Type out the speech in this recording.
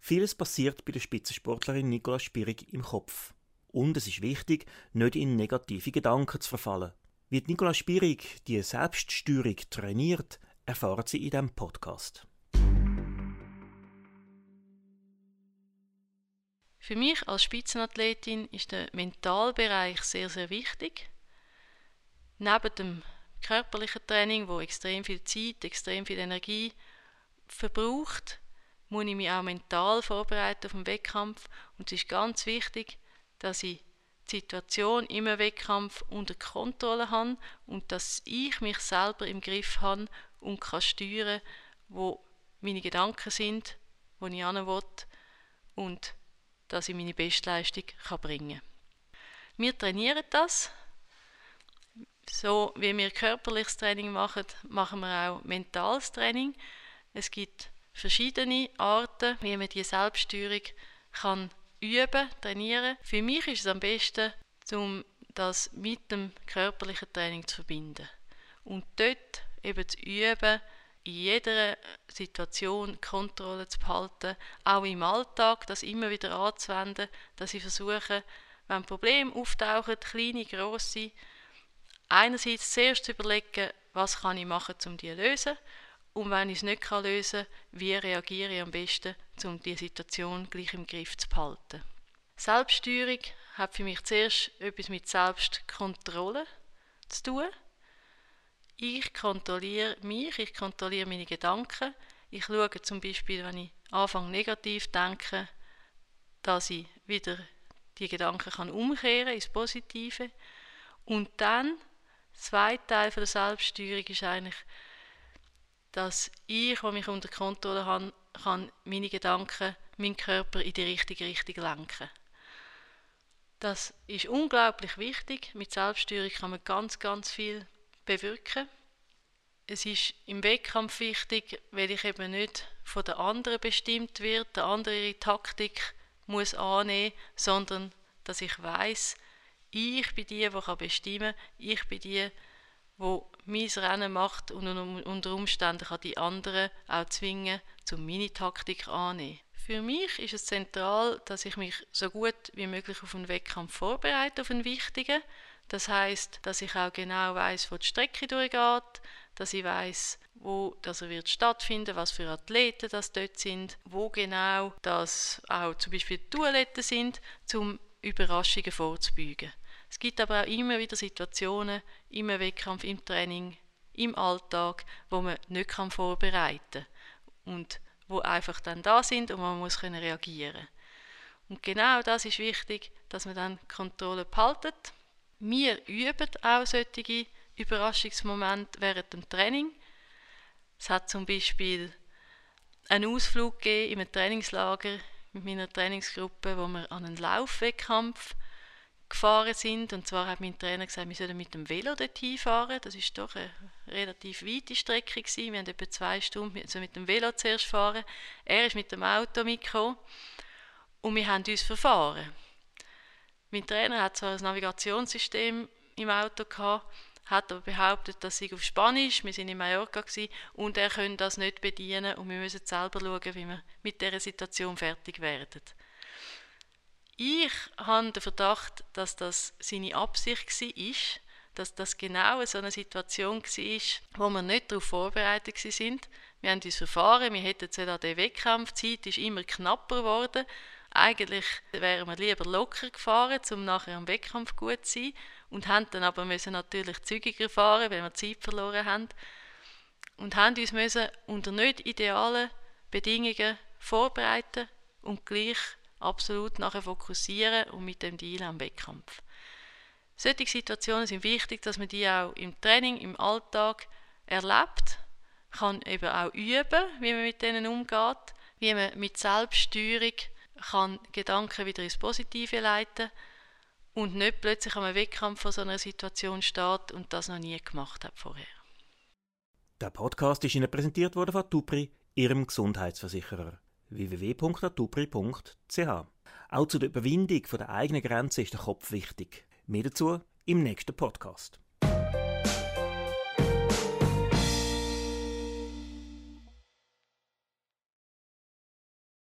Vieles passiert bei der Spitzensportlerin Nicola Spirig im Kopf. Und es ist wichtig, nicht in negative Gedanken zu verfallen. Wie Nicola Spirig die Selbststeuerung trainiert, erfahren Sie in diesem Podcast. Für mich als Spitzenathletin ist der Mentalbereich sehr, sehr wichtig. Neben dem körperlichen Training, wo extrem viel Zeit, extrem viel Energie verbraucht, muss ich mich auch mental vorbereiten auf den Wettkampf. Und es ist ganz wichtig, dass ich die Situation im Wettkampf unter Kontrolle habe und dass ich mich selber im Griff habe und kann steuern, wo meine Gedanken sind, wo ich hin will und dass ich meine Bestleistung bringen kann. Wir trainieren das. So wie wir körperliches Training machen, machen wir auch mentales Training. Es gibt verschiedene Arten, wie man die Selbststeuerung kann üben, trainieren. Für mich ist es am besten, um das mit dem körperlichen Training zu verbinden. Und dort eben zu üben, in jeder Situation Kontrolle zu behalten, auch im Alltag, das immer wieder anzuwenden, dass ich versuche, wenn Probleme auftauchen, kleine, grosse, einerseits zuerst zu überlegen, was kann ich machen, um die zu lösen, und wenn ich es nicht lösen kann, wie reagiere ich am besten, um die Situation gleich im Griff zu behalten. Selbststeuerung hat für mich zuerst etwas mit Selbstkontrolle zu tun. Ich kontrolliere mich, ich kontrolliere meine Gedanken. Ich schaue zum Beispiel, wenn ich anfange negativ zu denken, dass ich wieder die Gedanken umkehren kann ins Positive. Und dann, der zweite Teil der Selbststeuerung ist eigentlich, dass ich, der mich unter Kontrolle habe, kann meine Gedanken, meinen Körper in die richtige Richtung lenken. Das ist unglaublich wichtig. Mit Selbststeuerung kann man ganz, ganz viel bewirken. Es ist im Wettkampf wichtig, weil ich eben nicht von der anderen bestimmt werde, der andere ihre Taktik muss annehmen, sondern dass ich weiss, ich bin die bestimmen kann, ich bin die mein Rennen macht und unter Umständen kann die anderen auch zwingen, meine Taktik anzunehmen. Für mich ist es zentral, dass ich mich so gut wie möglich auf einen Wettkampf vorbereite, auf einen wichtigen. Das heisst, dass ich auch genau weiss, wo die Strecke durchgeht, dass ich weiss, wo das wird stattfinden, was für Athleten das dort sind, wo genau das auch zum Beispiel die Toiletten sind, um Überraschungen vorzubeugen. Es gibt aber auch immer wieder Situationen im Wettkampf, im Training, im Alltag, wo man nicht vorbereiten kann und wo einfach dann da sind und man muss reagieren können. Und genau das ist wichtig, dass man dann Kontrolle behaltet. Wir üben auch solche Überraschungsmomente während dem Training. Es hat zum Beispiel einen Ausflug gegeben in einem Trainingslager mit meiner Trainingsgruppe, wo wir an einen Laufwettkampf gefahren sind. Und zwar hat mein Trainer gesagt, wir sollen mit dem Velo dorthin fahren. Das war doch eine relativ weite Strecke gewesen. Wir haben etwa 2 Stunden mit dem Velo zuerst fahren. Er ist mit dem Auto mitgekommen und wir haben uns verfahren. Mein Trainer hat zwar ein Navigationssystem im Auto gehabt, hat aber behauptet, das sei auf Spanisch. Wir waren in Mallorca und er könne das nicht bedienen und wir müssen selber schauen, wie wir mit dieser Situation fertig werden. Ich habe den Verdacht, dass das seine Absicht war, dass das genau so eine Situation war, wo wir nicht darauf vorbereitet waren. Wir haben uns verfahren, wir hätten an den Wettkampf, die Zeit ist immer knapper geworden. Eigentlich wären wir lieber locker gefahren, um nachher am Wettkampf gut zu sein. Und haben dann aber natürlich zügiger fahren, weil wir Zeit verloren haben. Und haben uns unter nicht idealen Bedingungen vorbereiten und gleich absolut nachher fokussieren und mit dem Deal am Wettkampf. Solche Situationen sind wichtig, dass man die auch im Training, im Alltag erlebt, kann eben auch üben, wie man mit denen umgeht, wie man mit Selbststeuerung kann Gedanken wieder ins Positive leiten und nicht plötzlich am Wettkampf vor so einer Situation steht und das noch nie gemacht hat vorher. Der Podcast ist Ihnen präsentiert worden von Atupri, Ihrem Gesundheitsversicherer. www.atupri.ch. Auch zu der Überwindung der eigenen Grenzen ist der Kopf wichtig. Mehr dazu im nächsten Podcast.